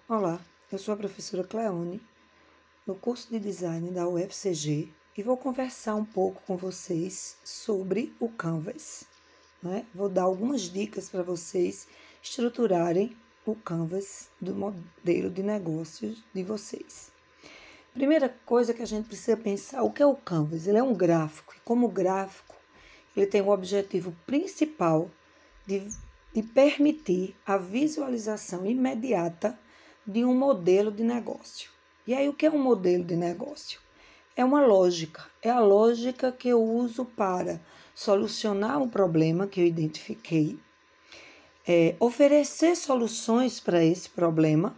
Olá, eu sou a professora Cleone, no curso de Design da UFCG, e vou conversar um pouco com vocês sobre o Canvas. Vou dar algumas dicas para vocês estruturarem o Canvas do modelo de negócios de vocês. Primeira coisa que a gente precisa pensar, o que é o Canvas? Ele é um gráfico, e como gráfico, ele tem o objetivo principal de permitir a visualização imediata de um modelo de negócio. E aí, o que é um modelo de negócio? É uma lógica, é a lógica que eu uso para solucionar um problema que eu identifiquei, oferecer soluções para esse problema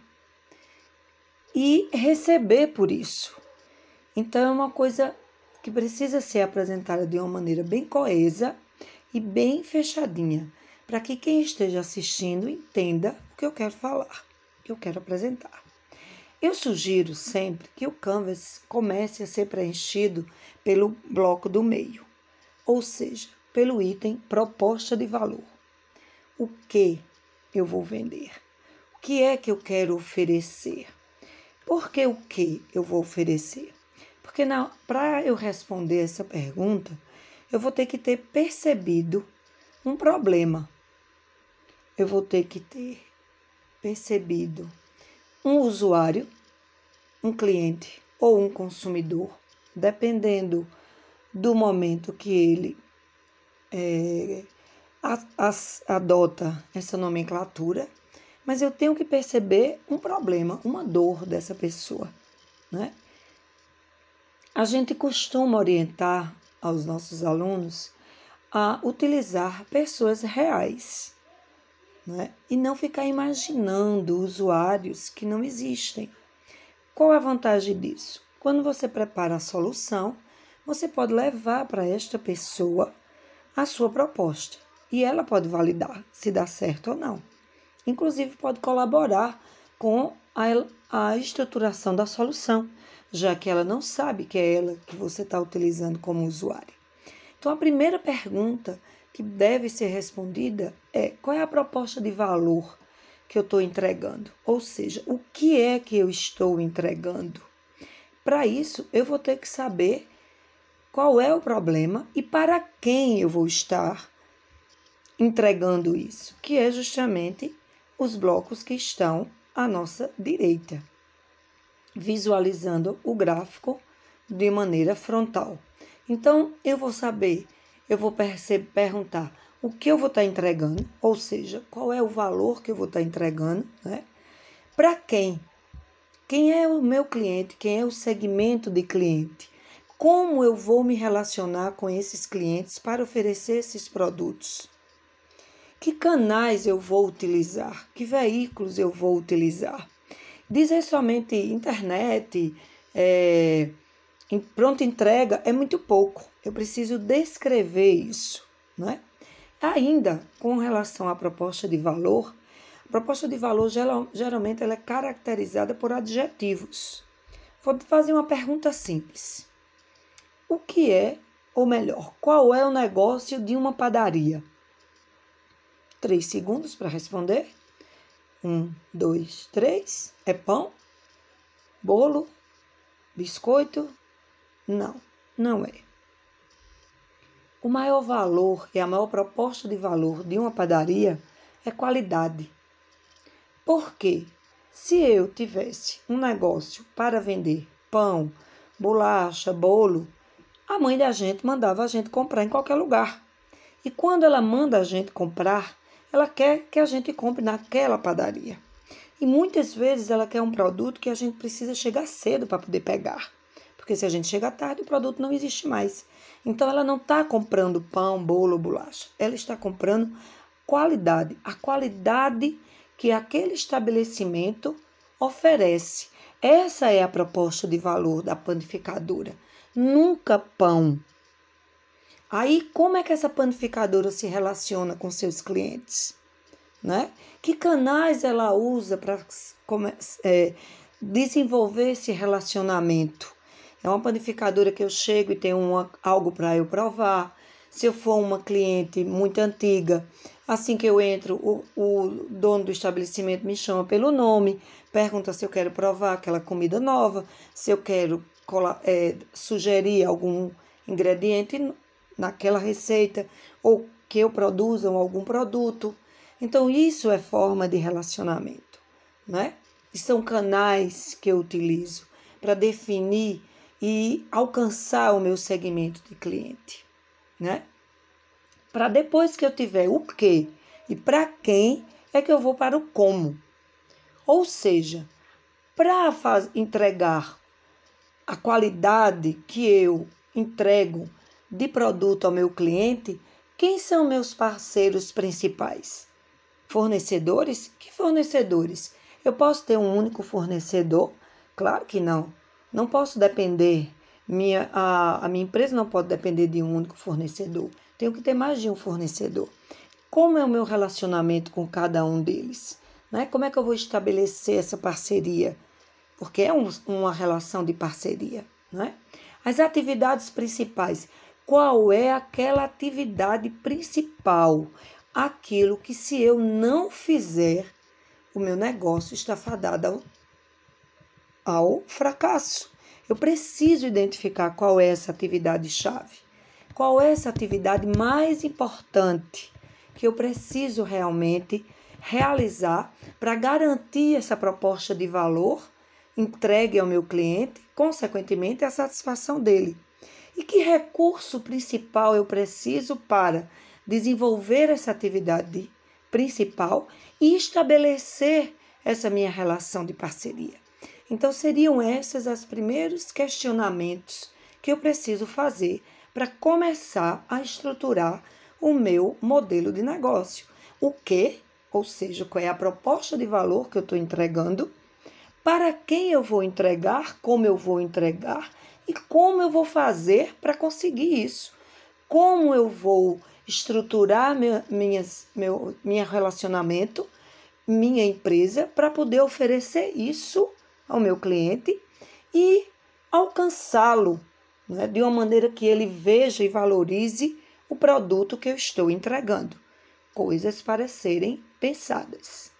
e receber por isso. Então, é uma coisa que precisa ser apresentada de uma maneira bem coesa e bem fechadinha, para que quem esteja assistindo entenda o que eu quero falar, o que eu quero apresentar. Eu sugiro sempre que o Canvas comece a ser preenchido pelo bloco do meio, ou seja, pelo item proposta de valor. O que eu vou vender? O que é que eu quero oferecer? Por que o que eu vou oferecer? Porque para eu responder essa pergunta, eu vou ter que ter percebido um problema. Eu vou ter que ter percebido um usuário, um cliente ou um consumidor, dependendo do momento que ele adota essa nomenclatura, mas eu tenho que perceber um problema, uma dor dessa pessoa, né? A gente costuma orientar aos nossos alunos a utilizar pessoas reais, né? E não ficar imaginando usuários que não existem. Qual a vantagem disso? Quando você prepara a solução, você pode levar para esta pessoa a sua proposta e ela pode validar se dá certo ou não. Inclusive, pode colaborar com a estruturação da solução, já que ela não sabe que é ela que você está utilizando como usuário. Então, a primeira pergunta que deve ser respondida é: qual é a proposta de valor que eu estou entregando? Ou seja, o que é que eu estou entregando? Para isso, eu vou ter que saber qual é o problema e para quem eu vou estar entregando isso, que é justamente os blocos que estão à nossa direita, visualizando o gráfico de maneira frontal. Então, eu vou saber, eu vou perguntar o que eu vou estar entregando, ou seja, qual é o valor que eu vou estar entregando, né? Para quem? Quem é o meu cliente? Quem é o segmento de cliente? Como eu vou me relacionar com esses clientes para oferecer esses produtos? Que canais eu vou utilizar? Que veículos eu vou utilizar? Dizer somente internet, pronta entrega é muito pouco. Eu preciso descrever isso, né? Ainda com relação à proposta de valor, a proposta de valor geralmente ela é caracterizada por adjetivos. Vou fazer uma pergunta simples. O que é, ou melhor, qual é o negócio de uma padaria? 3 segundos para responder. 1, 2, 3. É pão? Bolo? Biscoito? Não, não é. O maior valor e a maior proposta de valor de uma padaria é qualidade. Por quê? Se eu tivesse um negócio para vender pão, bolacha, bolo, a mãe da gente mandava a gente comprar em qualquer lugar. E quando ela manda a gente comprar, ela quer que a gente compre naquela padaria. E muitas vezes ela quer um produto que a gente precisa chegar cedo para poder pegar. Porque se a gente chegar tarde, o produto não existe mais. Então ela não está comprando pão, bolo ou bolacha. Ela está comprando qualidade. A qualidade que aquele estabelecimento oferece. Essa é a proposta de valor da panificadora. Nunca pão. Aí, como é que essa panificadora se relaciona com seus clientes? Né? Que canais ela usa para desenvolver esse relacionamento? É uma panificadora que eu chego e tenho algo para eu provar. Se eu for uma cliente muito antiga, assim que eu entro, o dono do estabelecimento me chama pelo nome, pergunta se eu quero provar aquela comida nova, se eu quero sugerir algum ingrediente naquela receita, ou que eu produza algum produto. Então, isso é forma de relacionamento, né? E são canais que eu utilizo para definir e alcançar o meu segmento de cliente, né? Para depois que eu tiver o quê e para quem, é que eu vou para o como. Ou seja, para entregar a qualidade que eu entrego de produto ao meu cliente, quem são meus parceiros principais? Fornecedores? Que fornecedores? Eu posso ter um único fornecedor? Claro que não. Não posso depender, a minha empresa não pode depender de um único fornecedor. Tenho que ter mais de um fornecedor. Como é o meu relacionamento com cada um deles? Né? Como é que eu vou estabelecer essa parceria? Porque é uma relação de parceria. Né? As atividades principais. Qual é aquela atividade principal? Aquilo que, se eu não fizer, o meu negócio está fadado ao fracasso. Eu preciso identificar qual é essa atividade-chave. Qual é essa atividade mais importante que eu preciso realmente realizar para garantir essa proposta de valor entregue ao meu cliente, consequentemente, a satisfação dele. E que recurso principal eu preciso para desenvolver essa atividade principal e estabelecer essa minha relação de parceria? Então, seriam esses os primeiros questionamentos que eu preciso fazer para começar a estruturar o meu modelo de negócio. O que, ou seja, qual é a proposta de valor que eu estou entregando, para quem eu vou entregar, como eu vou entregar e como eu vou fazer para conseguir isso. Como eu vou estruturar meu relacionamento, minha empresa, para poder oferecer isso ao meu cliente e alcançá-lo, né, de uma maneira que ele veja e valorize o produto que eu estou entregando. Coisas para serem pensadas.